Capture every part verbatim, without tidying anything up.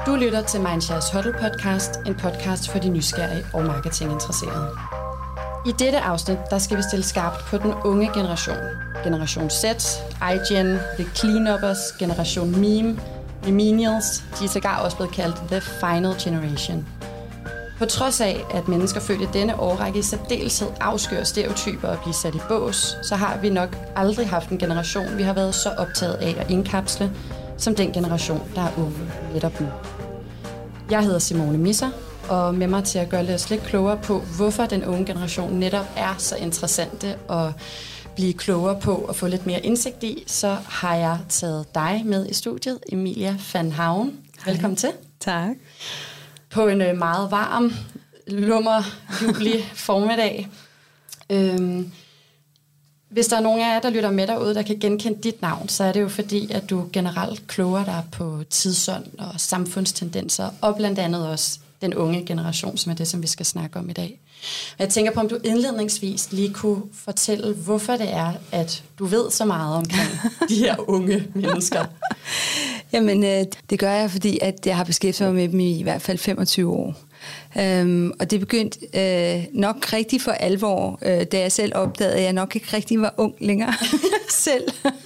Du lytter til Mindshares Huddle Podcast, en podcast for de nysgerrige og marketinginteresserede. I dette afsnit, der skal vi stille skarpt på den unge generation. Generation Z, iGen, The Cleanuppers, Generation Meme, Millennials, de er sågar også blevet kaldt The Final Generation. På trods af, at mennesker født i denne årrække i særdeleshed afskyer stereotyper og bliver sat i bås, så har vi nok aldrig haft en generation, vi har været så optaget af at indkapsle, som den generation, der er unge netop nu. Jeg hedder Simone Misser, og med mig til at gøre os lidt klogere på, hvorfor den unge generation netop er så interessante at blive klogere på og få lidt mere indsigt i, så har jeg taget dig med i studiet, Emilia van Hauen. Velkommen til. Tak. På en meget varm, lummer, juli formiddag. Øhm, hvis der er nogen af jer, der lytter med derude, der kan genkende dit navn, så er det jo fordi, at du generelt kloger dig på tidsånd og samfundstendenser, og blandt andet også den unge generation, som er det, som vi skal snakke om i dag. Og jeg tænker på, om du indledningsvis lige kunne fortælle, hvorfor det er, at du ved så meget omkring de her unge mennesker. Jamen, øh, det gør jeg, fordi at jeg har beskæftiget mig med dem i i hvert fald femogtyve år. Øhm, og det begyndte øh, nok rigtig for alvor, øh, da jeg selv opdagede, at jeg nok ikke rigtig var ung længere selv.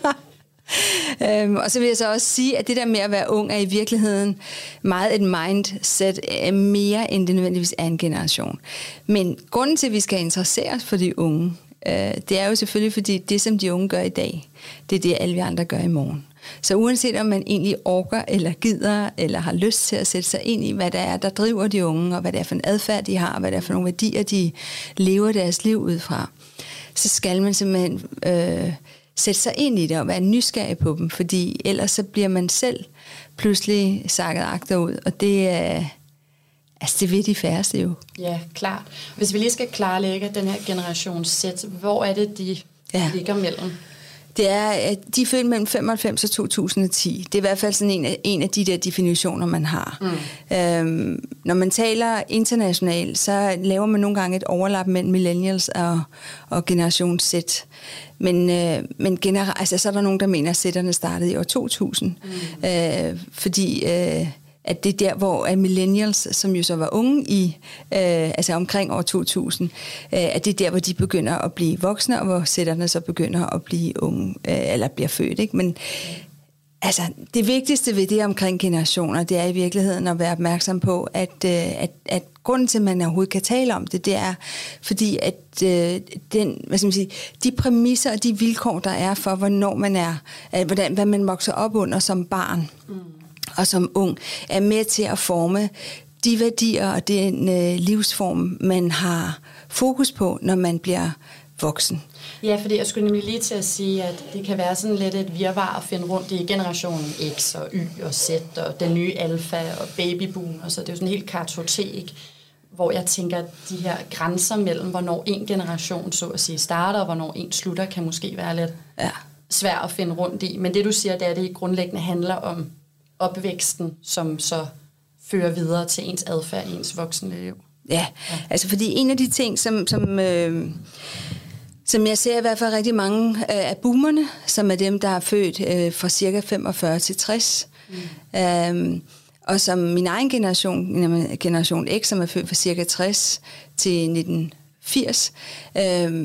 Øhm, og så vil jeg så også sige, at det der med at være ung er i virkeligheden meget et mindset mere end det nødvendigvis er en generation. Men grunden til, at vi skal interessere os for de unge, øh, det er jo selvfølgelig, fordi det, som de unge gør i dag, det er det, alle vi andre gør i morgen. Så uanset om man egentlig orker, eller gider, eller har lyst til at sætte sig ind i, hvad der er, der driver de unge, og hvad det er for en adfærd, de har, og hvad det er for nogle værdier, de lever deres liv ud fra, så skal man simpelthen øh, sætte sig ind i det og være nysgerrig på dem, fordi ellers så bliver man selv pludselig sakket agterud, og det er... Altså, det ved de færreste jo. Ja, klart. Hvis vi lige skal klarlægge den her generation Z, hvor er det, de ja. ligger mellem? Det er, at de er født mellem femoghalvfems og to tusind og ti. Det er i hvert fald sådan en af, en af de der definitioner, man har. Mm. Øhm, når man taler internationalt, så laver man nogle gange et overlap mellem millennials og, og generation Z. Men, øh, men generelt, altså, så er der nogen, der mener, at Z'erne startede i år to tusind. Mm. Øh, fordi... Øh, at det er der, hvor at millennials, som jo så var unge i, øh, altså omkring år to tusind, øh, at det er der, hvor de begynder at blive voksne, og hvor Z'erne så begynder at blive unge, øh, eller bliver født, ikke? Men altså, det vigtigste ved det omkring generationer, det er i virkeligheden at være opmærksom på, at, øh, at, at grunden til, at man overhovedet kan tale om det, det er, fordi at øh, den, hvad skal man sige, de præmisser og de vilkår, der er for, hvornår man er, øh, hvordan, hvad man vokser op under som barn, mm. og som ung, er med til at forme de værdier og den øh, livsform, man har fokus på, når man bliver voksen. Ja, fordi jeg skulle nemlig lige til at sige, at det kan være sådan lidt et virvar at finde rundt i generationen X og Y og Z og den nye alfa og babyboom, og så det er jo sådan en helt kartotek, hvor jeg tænker, at de her grænser mellem, hvornår en generation så at sige starter, og hvornår en slutter, kan måske være lidt ja. svært at finde rundt i. Men det du siger, det er, at det grundlæggende handler om opvæksten, som så fører videre til ens adfærd i ens voksne liv. Ja, ja, altså fordi en af de ting, som, som, øh, som jeg ser i hvert fald rigtig mange øh, af boomerne, som er dem, der er født øh, fra cirka femogfyrre til tres, mm. øh, og som min egen generation, generation X, som er født fra cirka tres til nitten firs, øh,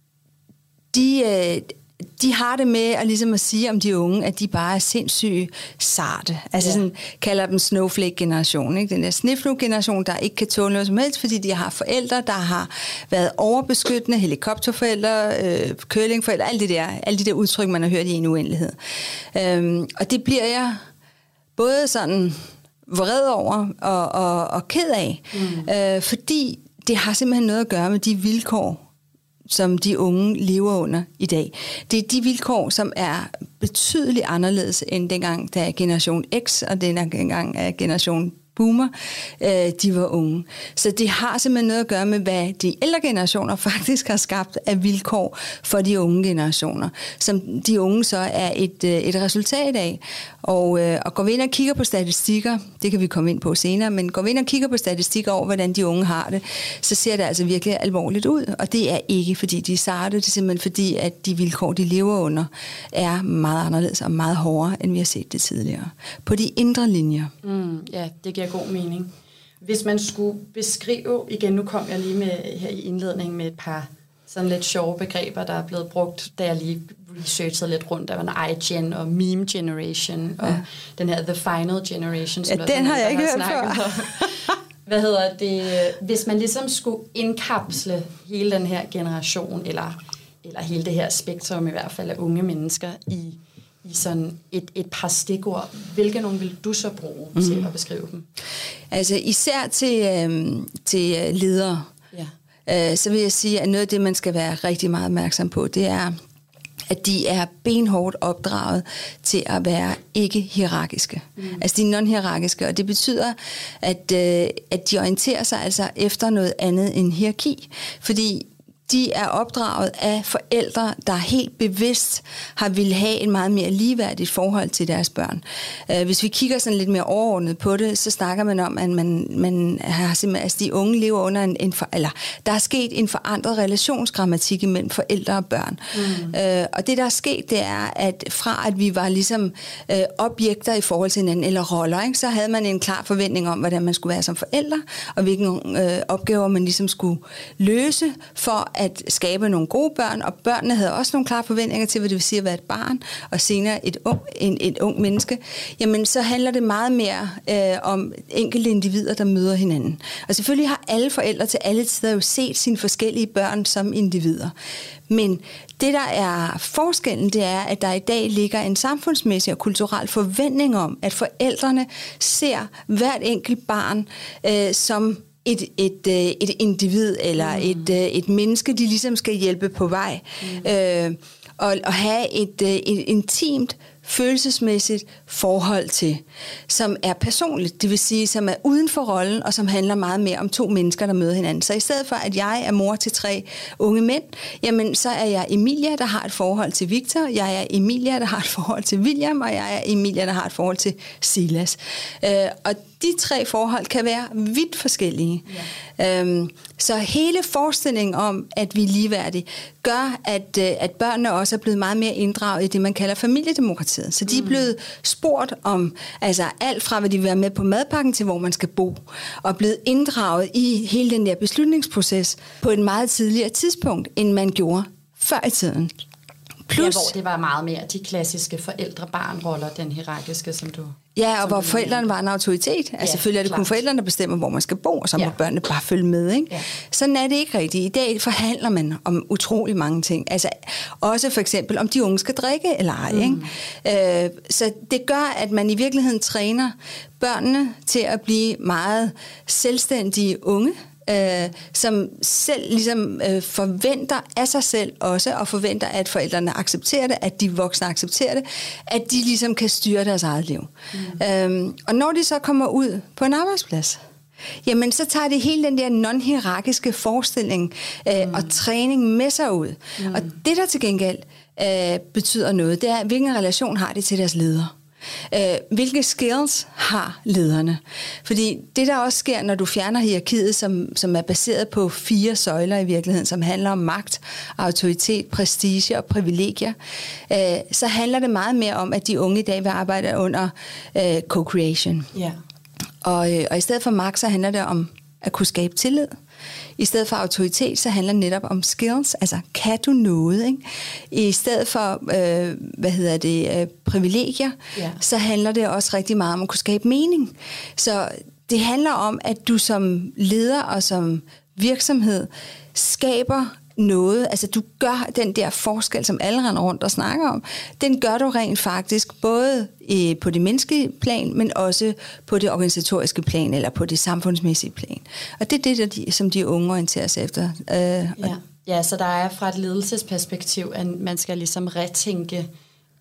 de... Øh, De har det med at, ligesom at sige om de unge, at de bare er sindssygt sarte. Altså ja. sådan kalder dem snowflake-generation. Ikke? Den der sniflu-generation, der ikke kan tåle noget som helst, fordi de har forældre, der har været overbeskyttende, helikopterforældre, øh, curlingforældre, alle de der, alle de der udtryk, man har hørt i en uendelighed. Øhm, og det bliver jeg både sådan vred over og, og, og ked af, mm. øh, fordi det har simpelthen noget at gøre med de vilkår, som de unge lever under i dag. Det er de vilkår, som er betydeligt anderledes end dengang, der er generation X, og dengang er generation boomer, øh, de var unge. Så det har simpelthen noget at gøre med, hvad de ældre generationer faktisk har skabt af vilkår for de unge generationer, som de unge så er et, øh, et resultat af. Og, øh, og går vi ind og kigger på statistikker, det kan vi komme ind på senere, men går vi ind og kigger på statistikker over, hvordan de unge har det, så ser det altså virkelig alvorligt ud. Og det er ikke, fordi de er sarte, det er simpelthen fordi, at de vilkår, de lever under, er meget anderledes og meget hårdere, end vi har set det tidligere. På de indre linjer. Mm, ja, det giver god mening. Hvis man skulle beskrive, igen nu kom jeg lige med her i indledningen med et par sådan lidt sjove begreber, der er blevet brugt, da jeg lige researchede lidt rundt. Der var en iGen og Meme Generation, og ja. den her The Final Generation. Som ja, den har jeg ikke hørt før. Hvad hedder det? Hvis man ligesom skulle indkapsle hele den her generation, eller, eller hele det her spektrum i hvert fald af unge mennesker i, i sådan et, et par stikord, hvilke nogle vil du så bruge mm. til at beskrive dem? Altså især til, øhm, til ledere. Ja. Øh, så vil jeg sige, at noget af det, man skal være rigtig meget opmærksom på, det er, at de er benhårdt opdraget til at være ikke-hierarkiske. Mm. Altså de er non-hierarkiske, og det betyder, at, øh, at de orienterer sig altså efter noget andet end hierarki. Fordi de er opdraget af forældre, der helt bevidst har ville have et meget mere ligeværdigt forhold til deres børn. Hvis vi kigger sådan lidt mere overordnet på det, så snakker man om, at man, man har simpelthen, altså de unge lever under en, en for, eller der er sket en forandret relationsgrammatik imellem forældre og børn. Mm. Øh, og det, der er sket, det er, at fra at vi var ligesom øh, objekter i forhold til hinanden, eller roller, ikke, så havde man en klar forventning om, hvordan man skulle være som forældre, og hvilke øh, opgaver man ligesom skulle løse for at skabe nogle gode børn, og børnene havde også nogle klare forventninger til, hvad det vil sige at være et barn, og senere et ung, en, et ung menneske, jamen så handler det meget mere øh, om enkelte individer, der møder hinanden. Og selvfølgelig har alle forældre til alle tider jo set sine forskellige børn som individer. Men det, der er forskellen, det er, at der i dag ligger en samfundsmæssig og kulturel forventning om, at forældrene ser hvert enkelt barn øh, som Et, et, et individ eller mm. et, et menneske, de ligesom skal hjælpe på vej. Mm. Øh, og, og have et, et intimt, følelsesmæssigt forhold til, som er personligt, det vil sige, som er uden for rollen, og som handler meget mere om to mennesker, der møder hinanden. Så i stedet for, at jeg er mor til tre unge mænd, jamen så er jeg Emilia, der har et forhold til Victor, jeg er Emilia, der har et forhold til William, og jeg er Emilia, der har et forhold til Silas. Øh, og de tre forhold kan være vidt forskellige. Ja. Øhm, så hele forestillingen om, at vi er ligeværdige, gør, at, at børnene også er blevet meget mere inddraget i det, man kalder familiedemokratiet. Så de er blevet spurgt om altså alt fra, hvad de vil være med på madpakken, til hvor man skal bo, og blevet inddraget i hele den der beslutningsproces på et meget tidligere tidspunkt, end man gjorde før i tiden. Plus, ja, hvor det var meget mere de klassiske forældre-barn-roller, den hierarkiske, som du... Ja, og hvor forældrene var en autoritet. Altså ja, selvfølgelig er det klart. Kun forældrene, der bestemmer, hvor man skal bo, og så må ja. børnene bare følge med. Ikke? Ja. Sådan er det ikke rigtigt. I dag forhandler man om utrolig mange ting. Altså også for eksempel, om de unge skal drikke eller ej. Mm. Ikke? Øh, så det gør, at man i virkeligheden træner børnene til at blive meget selvstændige unge, Øh, som selv ligesom øh, forventer af sig selv også, og forventer, at forældrene accepterer det, at de voksne accepterer det, at de ligesom kan styre deres eget liv. Mm. Øhm, og når de så kommer ud på en arbejdsplads, jamen så tager de hele den der non-hierarkiske forestilling øh, mm. og træning med sig ud. Mm. Og det, der til gengæld øh, betyder noget, det er, hvilken relation har de til deres ledere. Uh, hvilke skills har lederne? Fordi det, der også sker, når du fjerner hierarkiet, som, som er baseret på fire søjler i virkeligheden, som handler om magt, autoritet, prestige og privilegier, uh, så handler det meget mere om, at de unge i dag vil arbejde under uh, co-creation. Yeah. Og, uh, og i stedet for magt, så handler det om at kunne skabe tillid. I stedet for autoritet, så handler det netop om skills, altså kan du noget, ikke? I stedet for, øh, hvad hedder det, øh, privilegier, yeah. så handler det også rigtig meget om at kunne skabe mening. Så det handler om, at du som leder og som virksomhed skaber noget, altså du gør den der forskel, som alle render rundt og snakker om, den gør du rent faktisk både i, på det menneskelige plan, men også på det organisatoriske plan, eller på det samfundsmæssige plan. Og det er det, der de, som de unge orienterer sig efter. Øh, ja. ja, så der er fra et ledelsesperspektiv, at man skal ligesom retænke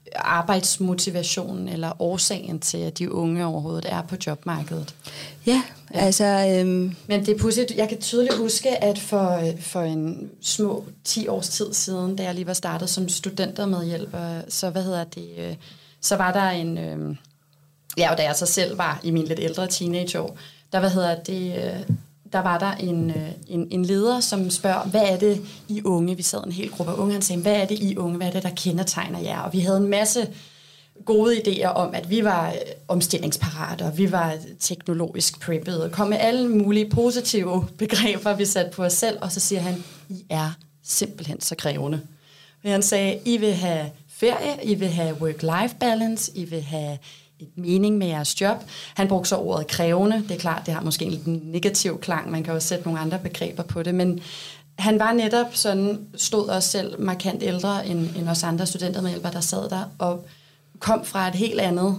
arbejdsmotivationen eller årsagen til, at de unge overhovedet er på jobmarkedet. Ja, ja. altså... Øhm... Men det er pudsigt. Jeg kan tydeligt huske, at for, for en små ti års tid siden, da jeg lige var startet som studentermedhjælper, så hvad hedder det... Øh, så var der en... Øh, ja, og da jeg så selv var i min lidt ældre teenageår, der, hvad hedder det... Øh, der var der en, en, en leder, som spørger, hvad er det I unge? Vi sad en hel gruppe af unge, han sagde, hvad er det I unge? Hvad er det, der kendetegner jer? Og vi havde en masse gode idéer om, at vi var omstillingsparate, og vi var teknologisk prepped, og kom med alle mulige positive begreber, vi satte på os selv, og så siger han, I er simpelthen så krævende. Og han sagde, I vil have ferie, I vil have work-life balance, I vil have et mening med jeres job. Han brugte så ordet krævende. Det er klart, det har måske en lidt negativ klang. Man kan også sætte nogle andre begreber på det, men han var netop sådan, stod også selv markant ældre end, end os andre studentermedhjælpere, der sad der, og kom fra et helt andet,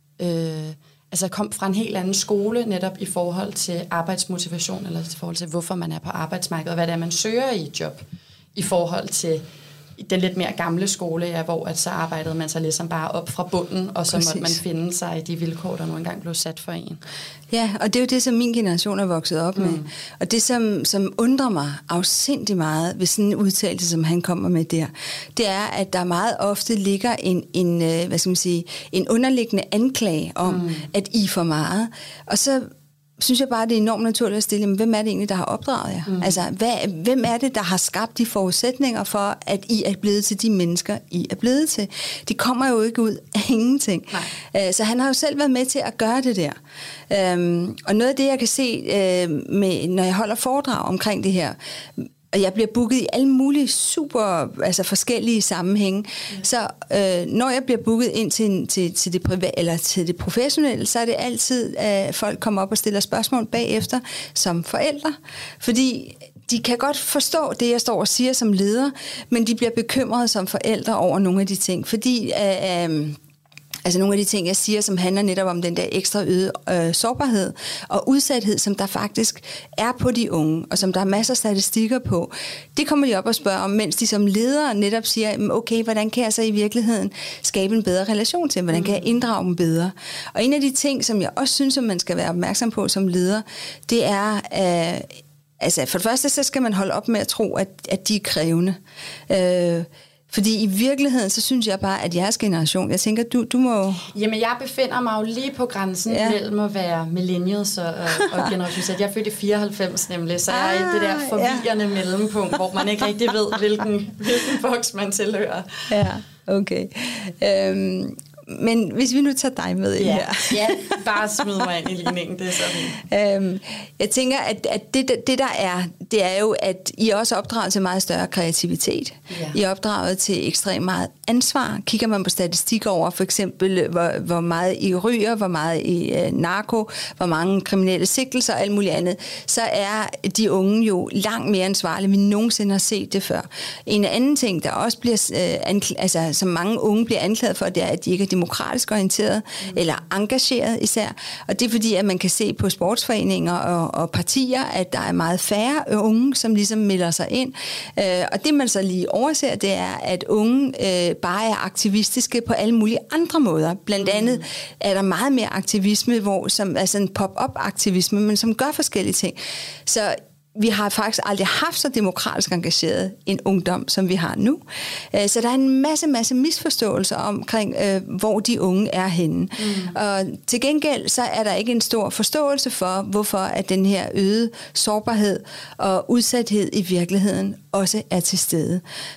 øh, altså kom fra en helt anden skole, netop i forhold til arbejdsmotivation, eller i forhold til, hvorfor man er på arbejdsmarkedet, og hvad det er, man søger i et job, i forhold til den lidt mere gamle skole, ja, hvor at så arbejdede man sig ligesom bare op fra bunden, og så Præcis. Måtte man finde sig i de vilkår, der nu engang blev sat for en. Ja, og det er jo det, som min generation er vokset op mm. med. Og det, som, som undrer mig afsindig meget ved sådan en udtalelse, som han kommer med der, det er, at der meget ofte ligger en, en, hvad skal man sige, en underliggende anklage om, mm. at I er for meget. Og så synes jeg bare, det er enormt naturligt at stille, men hvem er det egentlig, der har opdraget jer? Mm. Altså, hvad, hvem er det, der har skabt de forudsætninger for, at I er blevet til de mennesker, I er blevet til? De kommer jo ikke ud af ingenting. Uh, så han har jo selv været med til at gøre det der. Um, og noget af det, jeg kan se, uh, med, når jeg holder foredrag omkring det her, og jeg bliver booket i alle mulige super, altså forskellige sammenhænge. Ja. Så øh, når jeg bliver booket ind til, til, til, det priva- eller til det professionelle, så er det altid, at folk kommer op og stiller spørgsmål bagefter som forældre. Fordi de kan godt forstå det, jeg står og siger som leder, men de bliver bekymrede som forældre over nogle af de ting. Fordi øh, øh, altså nogle af de ting, jeg siger, som handler netop om den der ekstra øget øh, sårbarhed og udsathed, som der faktisk er på de unge, og som der er masser af statistikker på, det kommer de op og spørger om, mens de som ledere netop siger, okay, hvordan kan jeg så i virkeligheden skabe en bedre relation til dem? Hvordan kan jeg inddrage dem bedre? Og en af de ting, som jeg også synes, at man skal være opmærksom på som leder, det er, øh, altså for det første, så skal man holde op med at tro, at, at de er krævende. Øh, Fordi i virkeligheden, så synes jeg bare, at jeres generation, jeg tænker, du, du må... Jamen, jeg befinder mig jo lige på grænsen ja. mellem at være millennials og, og generation Z. Jeg er født i fireoghalvfems nemlig, så jeg er i det der forvirrende ja. mellempunkt, hvor man ikke rigtig ved, hvilken, hvilken boks man tilhører. Ja, okay. Øhm, men hvis vi nu tager dig med i ja. her. Ja, bare smid mig ind i ligningen, det er sådan. Øhm, jeg tænker, at, at det, det der er, det er jo, at I er også opdraget til meget større kreativitet. Ja. I er opdraget til ekstremt meget ansvar. Kigger man på statistik over, for eksempel, hvor, hvor meget I ryger, hvor meget I uh, narko, hvor mange kriminelle sigtelser og alt muligt andet, så er de unge jo langt mere ansvarlige, end vi nogensinde har set det før. En anden ting, der også bliver, uh, ankl- altså, som mange unge bliver anklaget for, det er, at de ikke er demokratisk orienteret, mm. eller engageret især. Og det er fordi, at man kan se på sportsforeninger og, og partier, at der er meget færre unge, som ligesom melder sig ind. Øh, og det man så lige overser, det er, at unge øh, bare er aktivistiske på alle mulige andre måder. Blandt andet mm. er der meget mere aktivisme, hvor, som altså en pop-up-aktivisme, men som gør forskellige ting. Så vi har faktisk aldrig haft så demokratisk engageret en ungdom, som vi har nu. Så der er en masse, masse misforståelser omkring, hvor de unge er henne. Mm. Og til gengæld, så er der ikke en stor forståelse for, hvorfor at den her øgede sårbarhed og udsathed i virkeligheden også er til stede.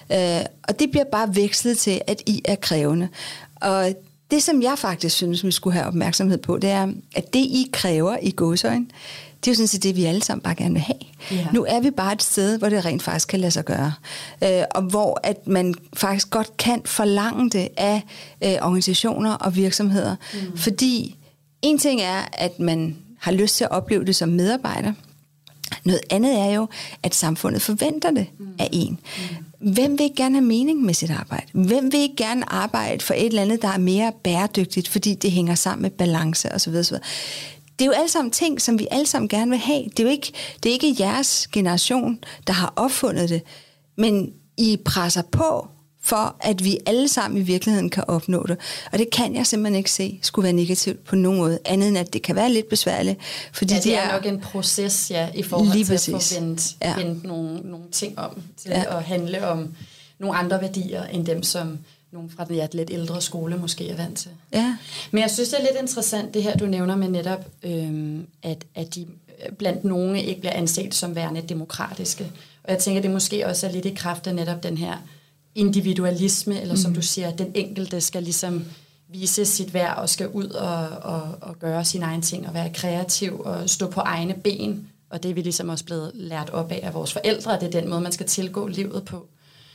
Og det bliver bare vekslet til, at I er krævende. Og det, som jeg faktisk synes, vi skulle have opmærksomhed på, det er, at det, I kræver i gåseøjne, det er jo sådan set det, vi alle sammen bare gerne vil have. Ja. Nu er vi bare et sted, hvor det rent faktisk kan lade sig gøre. Øh, og hvor at man faktisk godt kan forlange det af øh, organisationer og virksomheder. Mm. Fordi en ting er, at man har lyst til at opleve det som medarbejder. Noget andet er jo, at samfundet forventer det mm. af en. Mm. Hvem vil ikke gerne have mening med sit arbejde? Hvem vil ikke gerne arbejde for et eller andet, der er mere bæredygtigt, fordi det hænger sammen med balance osv. osv.? Det er jo alle sammen ting, som vi alle sammen gerne vil have. Det er jo ikke, det er ikke jeres generation, der har opfundet det, men I presser på for at vi alle sammen i virkeligheden kan opnå det. Og det kan jeg simpelthen ikke se skulle være negativt på nogen måde, andet end at det kan være lidt besværligt. Fordi ja, det, det er nok en proces, ja, i forhold til præcis. at få vendt, ja. vendt nogle, nogle ting om, til ja. at handle om nogle andre værdier, end dem, som nogen fra den ja, lidt ældre skole måske er vant til. Ja. Men jeg synes, det er lidt interessant, det her, du nævner med netop, øhm, at, at de blandt nogle ikke bliver anset som værende demokratiske. Og jeg tænker, det måske også er lidt i kraft af netop den her individualisme, eller som mm. du siger, den enkelte skal ligesom vise sit værd og skal ud og, og, og gøre sine egne ting og være kreativ og stå på egne ben. Og det er vi ligesom også blevet lært op af af vores forældre, at det er den måde, man skal tilgå livet på.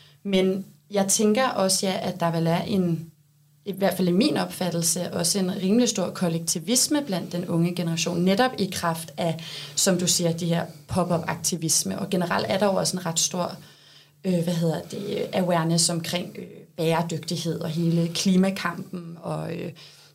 Men jeg tænker også, ja, at der vel er en, i hvert fald i min opfattelse, også en rimelig stor kollektivisme blandt den unge generation, netop i kraft af, som du siger, de her pop-up-aktivisme. Og generelt er der jo også en ret stor øh, hvad hedder det, awareness omkring øh, bæredygtighed og hele klimakampen og øh,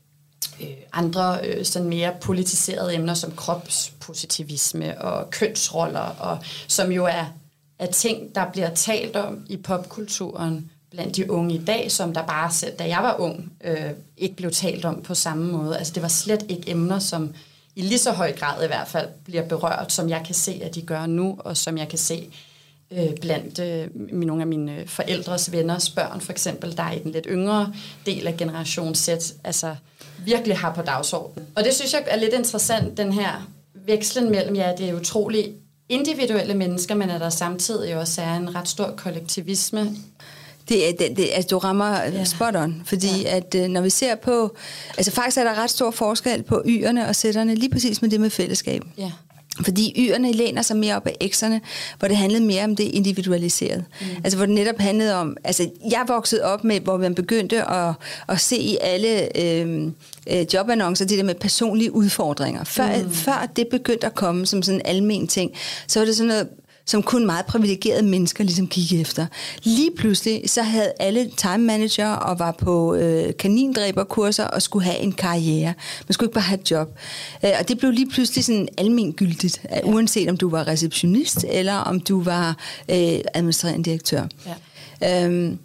øh, andre øh, sådan mere politiserede emner som kropspositivisme og kønsroller, og som jo er, er ting, der bliver talt om i popkulturen blandt de unge i dag, som der bare selv, da jeg var ung, øh, ikke blev talt om på samme måde. Altså det var slet ikke emner, som i lige så høj grad i hvert fald bliver berørt, som jeg kan se, at de gør nu, og som jeg kan se øh, blandt øh, nogle af mine forældres venners børn, for eksempel, der er i den lidt yngre del af generation Z, altså virkelig har på dagsordenen. Og det synes jeg er lidt interessant, den her vekslen mellem, ja, det er utrolig individuelle mennesker, men at der samtidig også er en ret stor kollektivisme. Det er, det, det, altså, du rammer ja. spot on, fordi ja. at når vi ser på, altså faktisk er der ret stor forskel på Y'erne og Z'erne, lige præcis med det med fællesskab. Ja. Fordi Y'erne læner sig mere op af X'erne, hvor det handlede mere om det individualiserede. Mm. Altså hvor det netop handlede om, altså jeg voksede op med, hvor man begyndte at, at se i alle øh, jobannoncer, det der med personlige udfordringer. Før, mm. før det begyndte at komme som sådan en almen ting, så var det sådan noget, som kun meget privilegerede mennesker ligesom gik efter. Lige pludselig så havde alle time manager og var på øh, kanindræberkurser og skulle have en karriere. Man skulle ikke bare have et job. Øh, og det blev lige pludselig sådan almengyldigt, ja. Uanset om du var receptionist eller om du var øh, administrerende direktør. Ja. Øhm,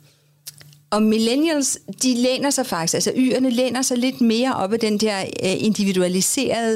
Og millennials, de læner sig faktisk, altså Y'erne læner sig lidt mere op af den der øh, individualiserede,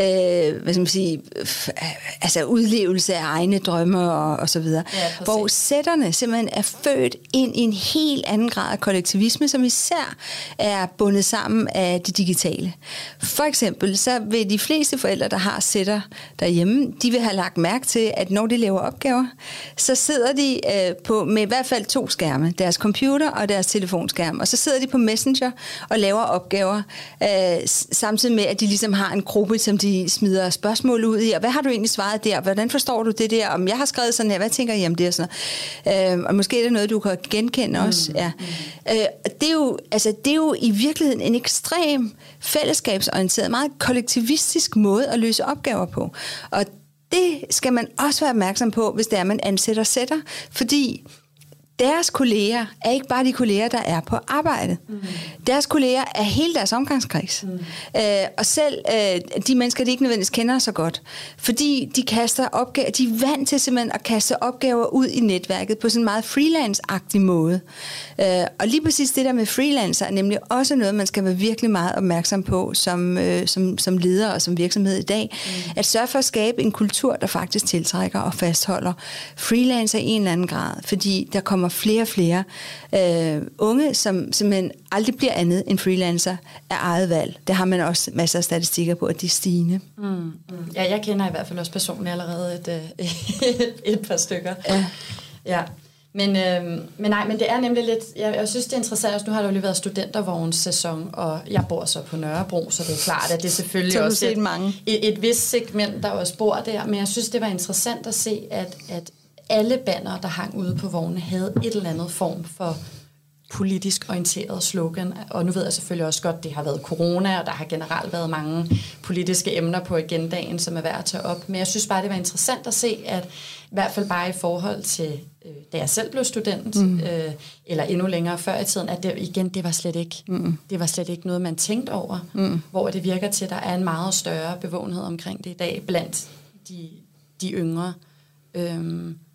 øh, hvad skal man sige, f- altså udlevelse af egne drømme og, og så videre. Ja, hvor Z'erne simpelthen er født ind i en helt anden grad af kollektivisme, som især er bundet sammen af det digitale. For eksempel, så vil de fleste forældre, der har Z'er derhjemme, de vil have lagt mærke til, at når de laver opgaver, så sidder de øh, på med i hvert fald to skærme, deres computer og deres telefonskærm, og så sidder de på Messenger og laver opgaver, øh, samtidig med, at de ligesom har en gruppe, som de smider spørgsmål ud i, og hvad har du egentlig svaret der? Hvordan forstår du det der? Om jeg har skrevet sådan her, hvad tænker I om det? Og, sådan noget. Øh, og måske er det noget, du kan genkende også. Mm, ja. mm. Øh, det, er jo, altså, det er jo i virkeligheden en ekstrem fællesskabsorienteret, meget kollektivistisk måde at løse opgaver på. Og det skal man også være opmærksom på, hvis det er, man ansætter sætter, fordi deres kolleger er ikke bare de kolleger, der er på arbejdet. Mm. Deres kolleger er hele deres omgangskreds. Mm. Øh, og selv øh, de mennesker, de ikke nødvendigvis kender så godt. Fordi de kaster opgaver, de er vant til simpelthen at kaste opgaver ud i netværket på sådan en meget freelance-agtig måde. Øh, og lige præcis det der med freelancer er nemlig også noget, man skal være virkelig meget opmærksom på som, øh, som, som leder og som virksomhed i dag. Mm. At sørge for at skabe en kultur, der faktisk tiltrækker og fastholder freelancer i en eller anden grad. Fordi der kommer flere og flere øh, unge, som simpelthen aldrig bliver andet end freelancer af eget valg. Det har man også masser af statistikker på, at de er stigende. Mm, mm. Ja, jeg kender i hvert fald også personligt allerede et, et, et par stykker. Ja. Ja. Men, øh, men nej, men det er nemlig lidt, jeg, jeg synes det er interessant, også nu har der jo lige været studentervognssæson, og jeg bor så på Nørrebro, så det er klart, at det er selvfølgelig også et, mange. Et, et vist segment, der også bor der, men jeg synes det var interessant at se, at, at alle bannere, der hang ude på vogne, havde et eller andet form for politisk orienteret slogan. Og nu ved jeg selvfølgelig også godt, at det har været corona, og der har generelt været mange politiske emner på agendaen, som er værd at tage op. Men jeg synes bare, det var interessant at se, at i hvert fald bare i forhold til, øh, da jeg selv blev student, mm. øh, eller endnu længere før i tiden, at det, igen, det var slet ikke, mm. det var slet ikke noget, man tænkte over. Mm. Hvor det virker til, at der er en meget større bevågenhed omkring det i dag, blandt de, de yngre. Øhm,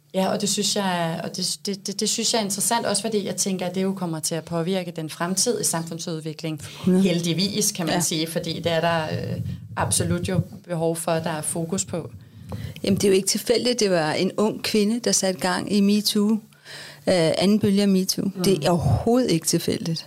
Ja, og det synes jeg, og det, det, det, det synes jeg er interessant, også fordi jeg tænker, at det jo kommer til at påvirke den fremtidige samfundsudvikling. Mm. Heldigvis, kan man ja. sige, fordi det er der øh, absolut jo behov for, at der er fokus på. Jamen, det er jo ikke tilfældigt, det var en ung kvinde, der satte gang i MeToo, øh, anden bølge af MeToo. Mm. Det er overhovedet ikke tilfældigt.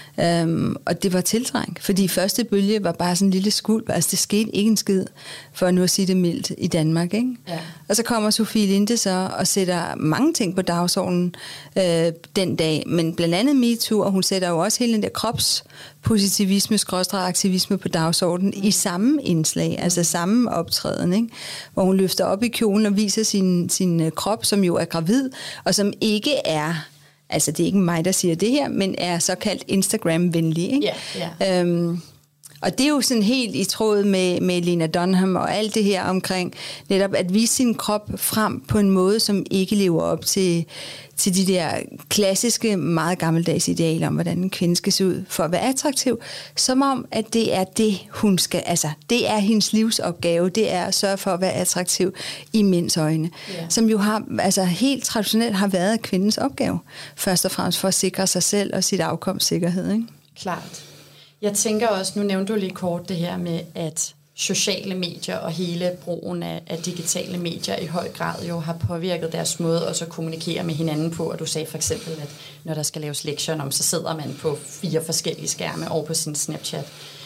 Um, og det var tiltrængt, fordi første bølge var bare sådan en lille skuld, altså det skete ikke en skid, for nu at sige det mildt, i Danmark, ikke? Ja. Og så kommer Sofie Linde så og sætter mange ting på dagsordenen øh, den dag, men blandt andet MeToo, og hun sætter jo også hele den der kropspositivisme, skråstreaktivisme på dagsordenen mm. i samme indslag, mm. altså samme optræden, ikke? Hvor hun løfter op i kjolen og viser sin, sin krop, som jo er gravid, og som ikke er... Altså, det er ikke mig, der siger det her, men er såkaldt Instagram-venlig, ikke? Yeah, yeah. Øhm, og det er jo sådan helt i tråd med, med Lena Dunham og alt det her omkring netop at vise sin krop frem på en måde, som ikke lever op til, til de der klassiske, meget gammeldags idealer om, hvordan en kvinde skal se ud for at være attraktiv, som om, at det er det, hun skal, altså, det er hendes livsopgave, det er at sørge for at være attraktiv i mænds øjne, yeah. som jo har, altså helt traditionelt har været kvindens opgave, først og fremmest for at sikre sig selv og sit afkoms sikkerhed, ikke? Klart. Jeg tænker også, nu nævnte du lige kort det her med, at sociale medier og hele brugen af, af digitale medier i høj grad jo har påvirket deres måde også at kommunikere med hinanden på. Og du sagde for eksempel, at når der skal laves lektioner om, så sidder man på fire forskellige skærme over på sin Snapchat.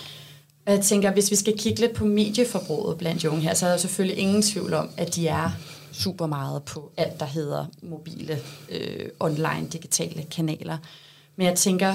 Og jeg tænker, hvis vi skal kigge lidt på medieforbruget blandt de unge her, så er der selvfølgelig ingen tvivl om, at de er super meget på alt, der hedder mobile, øh, online, digitale kanaler. Men jeg tænker...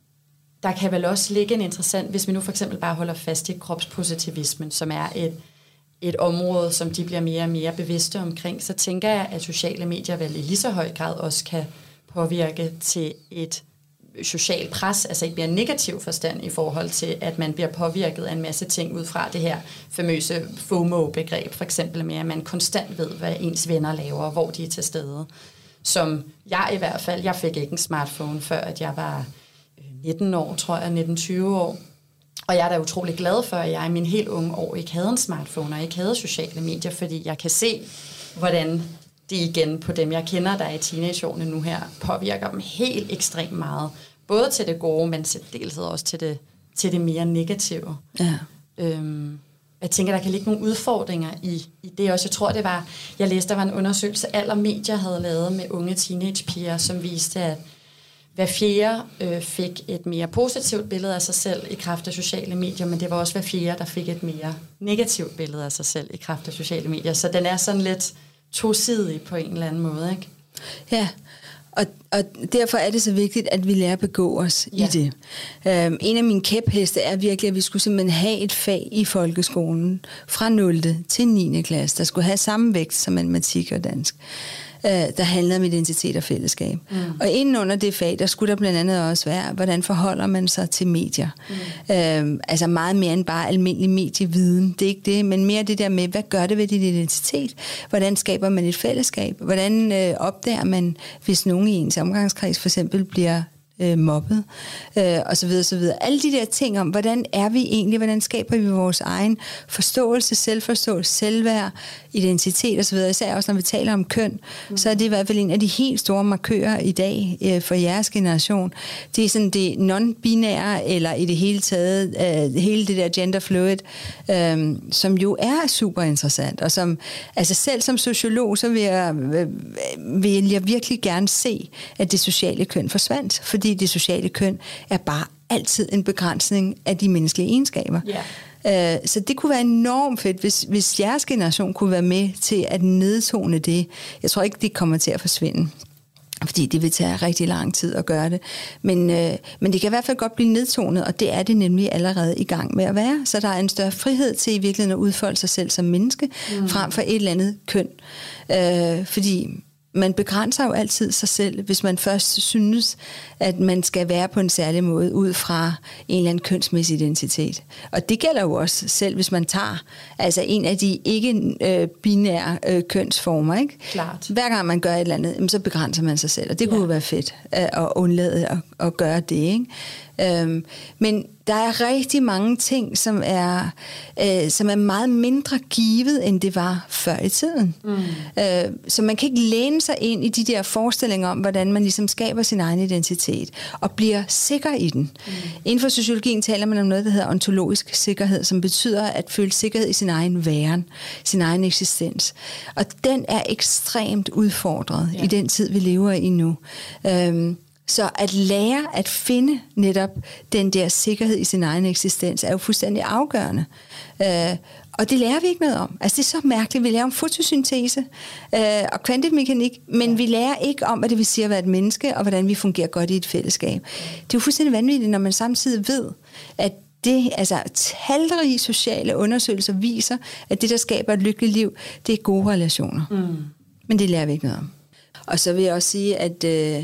Der kan vel også ligge en interessant, hvis vi nu for eksempel bare holder fast i kropspositivismen, som er et, et område, som de bliver mere og mere bevidste omkring, så tænker jeg, at sociale medier vel i lige så høj grad også kan påvirke til et socialt pres, altså i mere negativ forstand i forhold til, at man bliver påvirket af en masse ting ud fra det her famøse FOMO-begreb, for eksempel med, at man konstant ved, hvad ens venner laver, og hvor de er til stede. Som jeg i hvert fald, jeg fik ikke en smartphone, før at jeg var... nitten år, tror jeg, nitten tyve år. Og jeg er da utrolig glad for, at jeg i mine helt unge år ikke havde en smartphone, og ikke havde sociale medier, fordi jeg kan se, hvordan det igen på dem, jeg kender, der er i teenageårene nu her, påvirker dem helt ekstremt meget. Både til det gode, men dels også til det, til det mere negative. Ja. Øhm, jeg tænker, der kan ligge nogle udfordringer i, i det også. Jeg tror, det var, jeg læste, der var en undersøgelse, alle medier havde lavet med unge teenagepiger, som viste, at hver fjerde øh, fik et mere positivt billede af sig selv i kraft af sociale medier, men det var også hver fjerde, der fik et mere negativt billede af sig selv i kraft af sociale medier. Så den er sådan lidt tosidig på en eller anden måde, ikke? Ja, og, og derfor er det så vigtigt, at vi lærer at begå os ja. i det. Um, en af mine kæpheste er virkelig, at vi skulle simpelthen have et fag i folkeskolen fra nul til niende klasse, der skulle have samme vægt som matematik og dansk, der handlede om identitet og fællesskab. Mm. Og inden under det fag, der skulle der blandt andet også være, hvordan forholder man sig til medier. Mm. Øhm, altså meget mere end bare almindelig medieviden. Det er ikke det, men mere det der med, hvad gør det ved din identitet? Hvordan skaber man et fællesskab? Hvordan øh, opdager man, hvis nogen i ens omgangskreds for eksempel bliver øh, mobbet, øh, og så videre, så videre. Alle de der ting om, hvordan er vi egentlig, hvordan skaber vi vores egen forståelse, selvforståelse, selvværd, identitet og så videre. Især også når vi taler om køn, mm. så er det i hvert fald en af de helt store markører i dag øh, for jeres generation. Det er sådan det non-binære, eller i det hele taget, øh, hele det der gender fluid, øh, som jo er super interessant, og som, altså selv som sociolog, så vil jeg, øh, vil jeg virkelig gerne se, at det sociale køn forsvandt, fordi det sociale køn er bare altid en begrænsning af de menneskelige egenskaber. Yeah. Så det kunne være enormt fedt, hvis, hvis jeres generation kunne være med til at nedtone det. Jeg tror ikke, det kommer til at forsvinde, fordi det vil tage rigtig lang tid at gøre det. Men, øh, men det kan i hvert fald godt blive nedtonet, og det er det nemlig allerede i gang med at være. Så der er en større frihed til i virkeligheden at udfolde sig selv som menneske, mm. frem for et eller andet køn. Øh, fordi man begrænser jo altid sig selv, hvis man først synes, at man skal være på en særlig måde ud fra en eller anden kønsmæssig identitet. Og det gælder jo også selv, hvis man tager altså en af de ikke-binære øh, kønsformer. Ikke? Klart. Hver gang man gør et eller andet, så begrænser man sig selv, og det kunne ja. jo være fedt at undlade at, at gøre det, ikke? Øhm, men der er rigtig mange ting, som er, øh, som er meget mindre givet, end det var før i tiden. Mm. Øh, så man kan ikke læne sig ind i de der forestillinger om, hvordan man ligesom skaber sin egen identitet, og bliver sikker i den. Mm. Inden for sociologien taler man om noget, der hedder ontologisk sikkerhed, som betyder at føle sikkerhed i sin egen væren, sin egen eksistens. Og den er ekstremt udfordret ja. i den tid, vi lever i nu. Øhm, Så at lære at finde netop den der sikkerhed i sin egen eksistens, er jo fuldstændig afgørende. Øh, og det lærer vi ikke noget om. Altså det er så mærkeligt. Vi lærer om fotosyntese øh, og kvantemekanik, men ja. vi lærer ikke om, hvad det vil sige at være et menneske, og hvordan vi fungerer godt i et fællesskab. Det er jo fuldstændig vanvittigt, når man samtidig ved, at det, altså talrige sociale undersøgelser viser, at det, der skaber et lykkeligt liv, det er gode relationer. Mm. Men det lærer vi ikke noget om. Og så vil jeg også sige, at øh,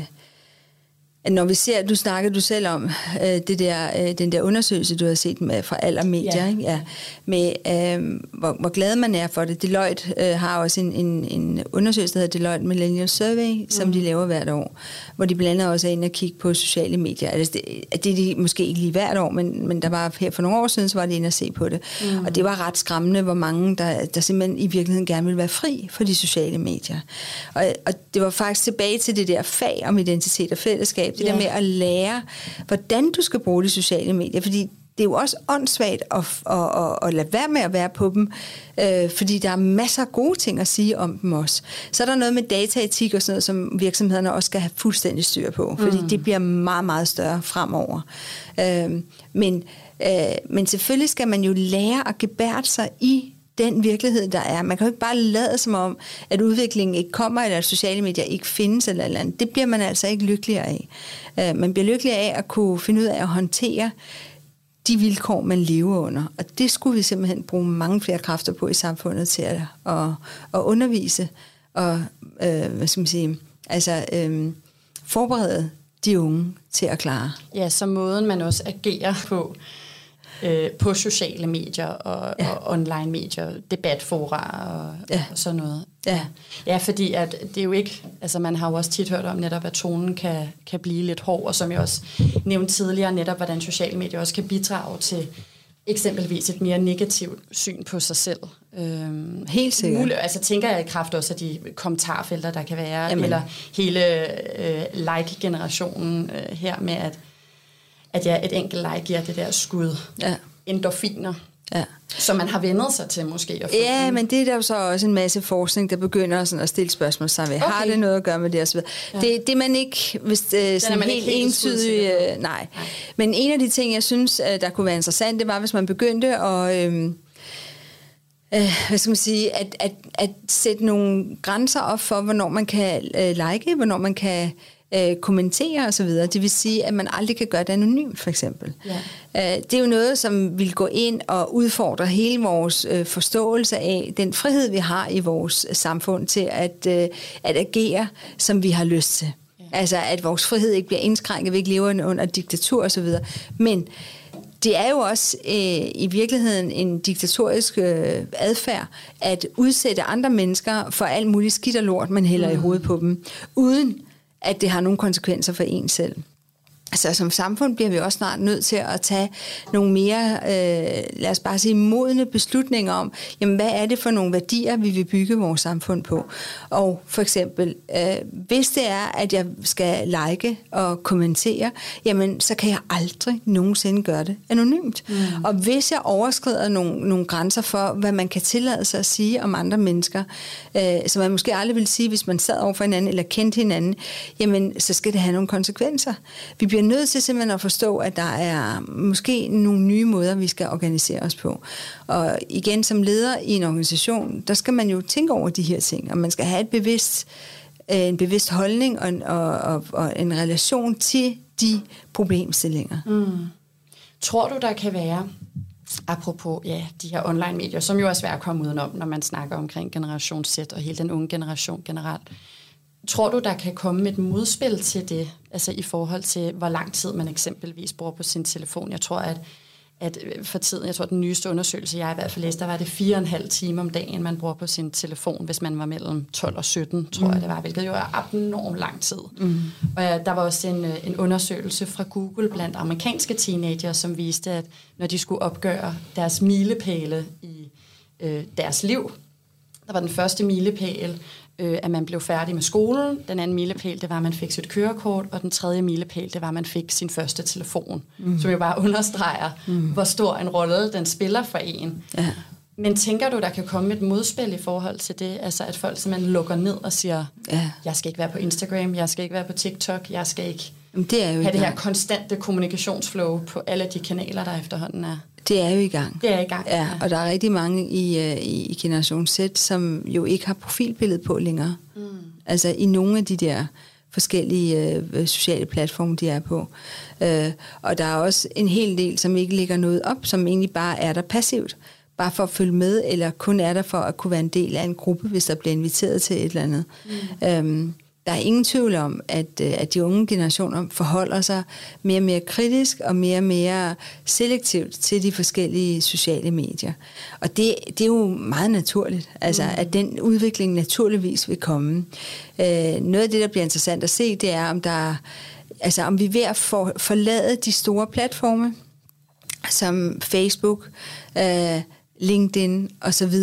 når vi ser, du snakkede du selv om øh, det der, øh, den der undersøgelse, du har set med, fra Aller Medier, ja. Ikke? Ja, med øh, hvor, hvor glad man er for det. Deloitte øh, har også en, en, en undersøgelse, der hedder Deloitte Millennial Survey, mm. som de laver hvert år, hvor de blandt andet også er inde og kigge på sociale medier. Altså det, det er de måske ikke lige hvert år, men, men der var her for nogle år siden, så var de inde og se på det. Mm. Og det var ret skræmmende, hvor mange, der, der simpelthen i virkeligheden gerne ville være fri for de sociale medier. Og, og det var faktisk tilbage til det der fag om identitet og fællesskab, det yeah. der med at lære, hvordan du skal bruge de sociale medier, fordi det er jo også åndssvagt at, at, at, at lade være med at være på dem, øh, fordi der er masser af gode ting at sige om dem også. Så er der noget med dataetik og sådan noget, som virksomhederne også skal have fuldstændig styr på, fordi mm. det bliver meget, meget større fremover. Øh, men, øh, men selvfølgelig skal man jo lære at gebærde sig i den virkelighed, der er. Man kan jo ikke bare lade som om, at udviklingen ikke kommer, eller at sociale medier ikke findes, eller eller andet. Det bliver man altså ikke lykkeligere af. Uh, man bliver lykkelig af at kunne finde ud af at håndtere de vilkår, man lever under. Og det skulle vi simpelthen bruge mange flere kræfter på i samfundet til at, at, at undervise og uh, hvad skal man sige, altså um, forberede de unge til at klare. Ja, så måden man også agerer på, på sociale medier og, ja. og online medier, debatfora og, ja. og sådan noget. Ja. ja, fordi at det er jo ikke, altså man har jo også tit hørt om netop, at tonen kan, kan blive lidt hård, og som jeg også nævnte tidligere, netop hvordan sociale medier også kan bidrage til eksempelvis et mere negativt syn på sig selv. Øhm, Helt sikkert. Muligt, altså tænker jeg i kraft også af de kommentarfelter, der kan være, Jamen. eller hele øh, like-generationen øh, her med, at at ja, et enkelt like giver det der skud. Ja. Endorfiner. Ja. Som man har vendet sig til måske. At få ja, den. Men det er der jo så også en masse forskning, der begynder sådan at stille spørgsmål sammen. Okay. Har det noget at gøre med det og så videre? Ja. Det, det er man ikke, hvis det er sådan man helt, helt entydigt. Øh, nej. nej. Men en af de ting, jeg synes, der kunne være interessant, det var, hvis man begyndte at... Øh, øh, hvad skal man sige, at, at, at sætte nogle grænser op for, hvornår man kan øh, like, hvornår man kan øh, kommentere osv. Det vil sige, at man aldrig kan gøre det anonymt, for eksempel. Ja. Øh, det er jo noget, som vil gå ind og udfordre hele vores øh, forståelse af den frihed, vi har i vores samfund til at, øh, at agere, som vi har lyst til. Ja. Altså, at vores frihed ikke bliver indskrænket, vi ikke lever under diktatur osv. Men det er jo også øh, i virkeligheden en diktatorisk øh, adfærd at udsætte andre mennesker for alt muligt skidt og lort, man hælder mm. i hovedet på dem, uden at det har nogle konsekvenser for en selv. Altså som samfund bliver vi også snart nødt til at tage nogle mere, øh, lad os bare sige, modne beslutninger om, jamen hvad er det for nogle værdier, vi vil bygge vores samfund på. Og for eksempel, øh, hvis det er, at jeg skal like og kommentere, jamen så kan jeg aldrig nogensinde gøre det anonymt. Mm. Og hvis jeg overskrider nogle, nogle grænser for, hvad man kan tillade sig at sige om andre mennesker, øh, som man måske aldrig ville sige, hvis man sad over for hinanden eller kendte hinanden, jamen så skal det have nogle konsekvenser. Vi bliver nødt til simpelthen at forstå, at der er måske nogle nye måder, vi skal organisere os på. Og igen, som leder i en organisation, der skal man jo tænke over de her ting, og man skal have et bevidst, en bevidst holdning og en, og, og, og en relation til de problemstillinger. Mm. Tror du, der kan være, apropos ja, de her online medier, som jo er svært at komme udenom, når man snakker omkring generation Z og hele den unge generation generelt, tror du, der kan komme et modspil til det, altså i forhold til, hvor lang tid man eksempelvis bruger på sin telefon? Jeg tror, at, at for tiden, jeg tror, den nyeste undersøgelse, jeg i hvert fald læste, der var det fire og en halv time om dagen, man bruger på sin telefon, hvis man var mellem tolv og sytten, tror mm. jeg det var, hvilket jo er abnormt lang tid. Mm. Og ja, der var også en, en undersøgelse fra Google blandt amerikanske teenager, som viste, at når de skulle opgøre deres milepæle i øh, deres liv, der var den første milepæl, øh, at man blev færdig med skolen. Den anden milepæl, det var, at man fik sit kørekort. Og den tredje milepæl, det var, at man fik sin første telefon. Mm. Som jo bare understreger, mm. hvor stor en rolle den spiller for en. Ja. Men tænker du, der kan komme et modspil i forhold til det? Altså, at folk simpelthen lukker ned og siger, ja. jeg skal ikke være på Instagram, jeg skal ikke være på TikTok, jeg skal ikke det er jo have det her konstante kommunikationsflow på alle de kanaler, der efterhånden er. Det er jo i gang. Det er i gang. Ja, og der er rigtig mange i, i, i Generation Z, som jo ikke har profilbillede på længere. Mm. Altså i nogle af de der forskellige øh, sociale platforme, de er på. Øh, og der er også en hel del, som ikke lægger noget op, som egentlig bare er der passivt. Bare for at følge med, eller kun er der for at kunne være en del af en gruppe, hvis der bliver inviteret til et eller andet. Mm. Øhm, Der er ingen tvivl om, at, at de unge generationer forholder sig mere og mere kritisk og mere og mere selektivt til de forskellige sociale medier. Og det, det er jo meget naturligt, altså, mm. at den udvikling naturligvis vil komme. Øh, noget af det, der bliver interessant at se, det er, om, der, altså, om vi er ved at for, forlade de store platforme, som Facebook, øh, LinkedIn osv.,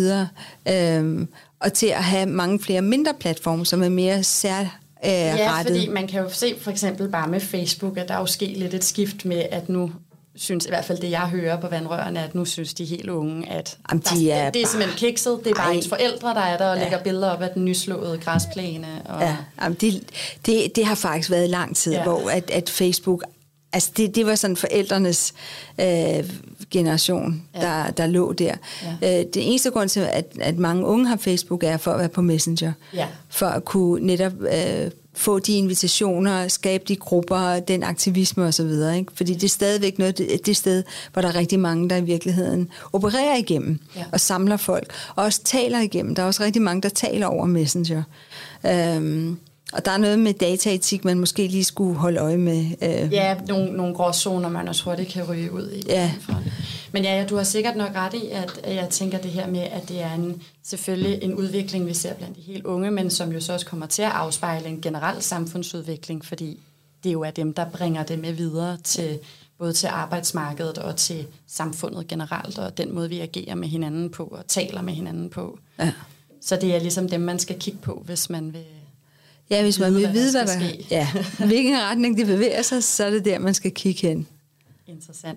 øh, og til at have mange flere mindre platforme, som er mere særrettet. Øh, ja, rettet. Fordi man kan jo se for eksempel bare med Facebook, at der er jo sket lidt et skift med, at nu synes, i hvert fald det jeg hører på vandrørene, at nu synes de helt unge, at Jamen, de der, er det, det er simpelthen kikset, det er bare Ej. ens forældre, der er der og ja. lægger billeder op af den nyslåede græsplæne. Og ja, Jamen, det, det, det har faktisk været lang tid, ja. hvor at, at Facebook, altså det, det var sådan forældrenes øh, generation, ja. der, der lå der. Ja. Øh, det eneste grund til, at, at mange unge har Facebook, er for at være på Messenger. Ja. For at kunne netop øh, få de invitationer, skabe de grupper, den aktivisme osv. Ikke? Fordi det er stadigvæk noget, det, det sted, hvor der er rigtig mange, der i virkeligheden opererer igennem ja. og samler folk. Og også taler igennem. Der er også rigtig mange, der taler over Messenger. Øhm, Og der er noget med dataetik, man måske lige skulle holde øje med. Øh. Ja, nogle, nogle gråzoner, man også hurtigt kan ryge ud i. Ja. Men ja, du har sikkert nok ret i, at, at jeg tænker det her med, at det er en, selvfølgelig en udvikling, vi ser blandt de helt unge, men som jo så også kommer til at afspejle en generel samfundsudvikling, fordi det jo er dem, der bringer det med videre til både til arbejdsmarkedet og til samfundet generelt, og den måde, vi agerer med hinanden på og taler med hinanden på. Ja. Så det er ligesom dem, man skal kigge på, hvis man vil... Ja, hvis man vil vide, hvad der, der ja, hvilken retning det bevæger sig, så er det der, man skal kigge hen. Interessant.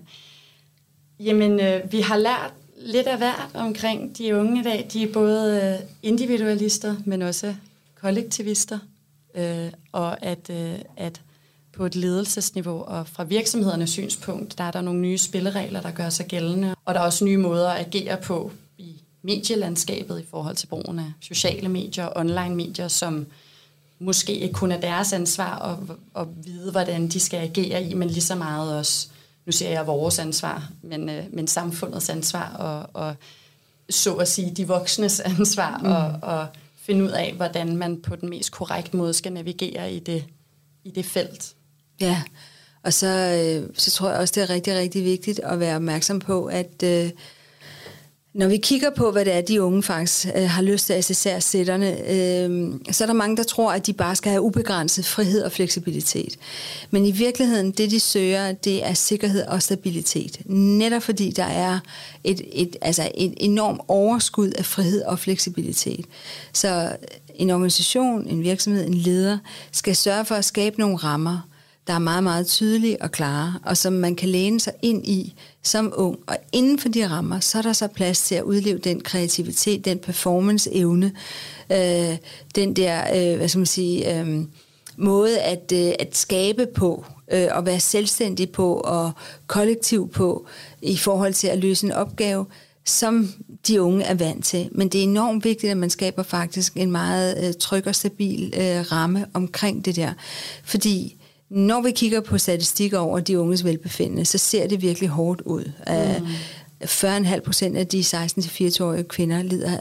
Jamen, øh, vi har lært lidt af hvert omkring de unge i dag. De er både øh, individualister, men også kollektivister. Øh, og at, øh, at på et ledelsesniveau og fra virksomhedernes synspunkt, der er der nogle nye spilleregler, der gør sig gældende. Og der er også nye måder at agere på i medielandskabet i forhold til brugen af sociale medier og online medier, som måske ikke kun er deres ansvar at, at vide, hvordan de skal agere i, men lige så meget også, nu siger jeg vores ansvar, men, øh, men samfundets ansvar, og, og så at sige de voksnes ansvar, mm. og, og finde ud af, hvordan man på den mest korrekte måde skal navigere i det, i det felt. Ja, og så, øh, så tror jeg også, det er rigtig, rigtig vigtigt at være opmærksom på, at øh, når vi kigger på, hvad det er, de unge faktisk øh, har lyst til, især sætterne, øh, så er der mange, der tror, at de bare skal have ubegrænset frihed og fleksibilitet. Men i virkeligheden, det de søger, det er sikkerhed og stabilitet. Netop fordi der er et, et, altså et enormt overskud af frihed og fleksibilitet. Så en organisation, en virksomhed, en leder skal sørge for at skabe nogle rammer, der er meget, meget tydelige og klare, og som man kan læne sig ind i som ung. Og inden for de rammer, så er der så plads til at udleve den kreativitet, den performance-evne, øh, den der, øh, hvad skal man sige, øh, måde at, øh, at skabe på, øh, og være selvstændig på, og kollektiv på, i forhold til at løse en opgave, som de unge er vant til. Men det er enormt vigtigt, at man skaber faktisk en meget øh, tryg og stabil øh, ramme omkring det der. Fordi når vi kigger på statistikker over de unges velbefindende, så ser det virkelig hårdt ud. Mm. fyrre komma fem procent af de seksten til fireogtyve-årige kvinder lider af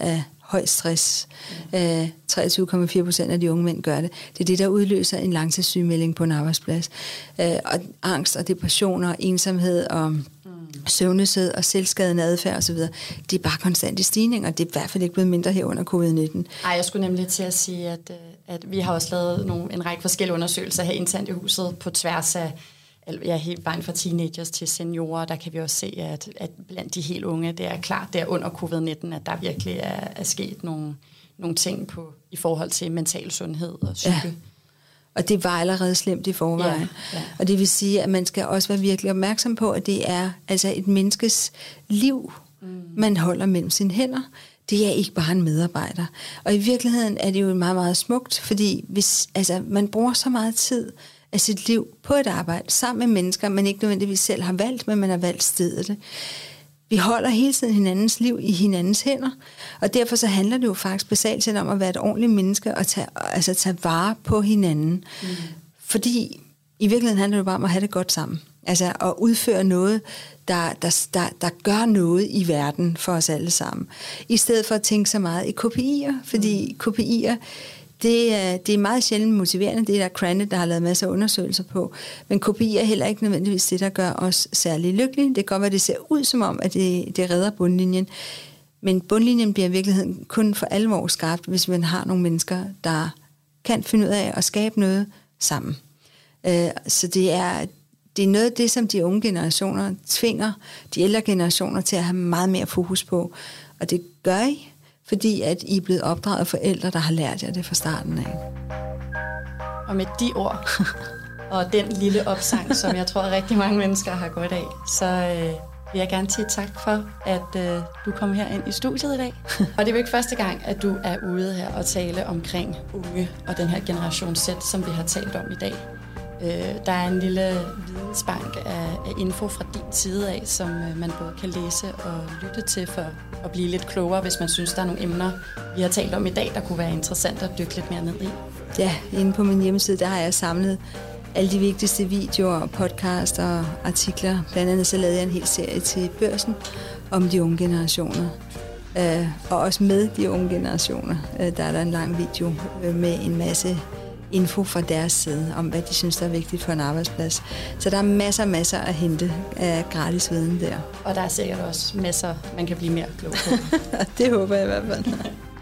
høj stress. Øh, treogtyve komma fire procent af de unge mænd gør det. Det er det, der udløser en langtidssygemelding på en arbejdsplads. Øh, og angst og depressioner og ensomhed og mm. søvnløshed og selvskadende adfærd osv., det er bare konstant i stigning, og det er i hvert fald ikke blevet mindre her under covid nitten. Ej, jeg skulle nemlig til at sige, at, at vi har også lavet nogle, en række forskellige undersøgelser her internt i huset på tværs af ja, helt vejen fra teenagers til seniorer. Der kan vi også se, at, at blandt de helt unge, det er klart, der under covid nitten, at der virkelig er, er sket nogle, nogle ting på, i forhold til mental sundhed og psyke. Ja. Og det var allerede slemt i forvejen. Ja, ja. Og det vil sige, at man skal også være virkelig opmærksom på, at det er altså et menneskes liv, mm. man holder mellem sine hænder. Det er ikke bare en medarbejder. Og i virkeligheden er det jo meget, meget smukt, fordi hvis, altså, man bruger så meget tid af sit liv på et arbejde, sammen med mennesker, man ikke nødvendigvis selv har valgt, men man har valgt stedet. Vi holder hele tiden hinandens liv i hinandens hænder, og derfor så handler det jo faktisk basalt set om at være et ordentligt menneske og tage, altså tage vare på hinanden. Mm. Fordi i virkeligheden handler det jo bare om at have det godt sammen. Altså at udføre noget, der, der, der, der gør noget i verden for os alle sammen. I stedet for at tænke så meget i K P I'er, fordi mm. K P I'er, Det er, det er meget sjældent motiverende. Det er der Cranet, der har lavet masser af undersøgelser på. Men K P I er heller ikke nødvendigvis det, der gør os særlig lykkelige. Det kan godt være, det ser ud som om, at det, det redder bundlinjen. Men bundlinjen bliver i virkeligheden kun for alvor skabt, hvis man har nogle mennesker, der kan finde ud af at skabe noget sammen. Så det er, det er noget af det, som de unge generationer tvinger de ældre generationer til at have meget mere fokus på. Og det gør I, fordi at I er blevet opdraget af forældre, der har lært jer det fra starten af. Og med de ord, og den lille opsang, som jeg tror, rigtig mange mennesker har godt af, så øh, vil jeg gerne sige tak for, at øh, du kom her ind i studiet i dag. Og det er jo ikke første gang, at du er ude her og tale omkring unge og den her generation Z, som vi har talt om i dag. Øh, der er en lille vidensbank af, af info fra din side af, som øh, man både kan læse og lytte til for at blive lidt klogere, hvis man synes, der er nogle emner, vi har talt om i dag, der kunne være interessant at dykke lidt mere ned i. Ja, inde på min hjemmeside, der har jeg samlet alle de vigtigste videoer, podcast og artikler. Blandt andet så lavede jeg en hel serie til Børsen om de unge generationer. Øh, og også med de unge generationer. Øh, der er der en lang video øh, med en masse info fra deres side om, hvad de synes, der er vigtigt for en arbejdsplads. Så der er masser masser at hente af gratis viden der. Og der er sikkert også masser, man kan blive mere klog på. Det håber jeg i hvert fald.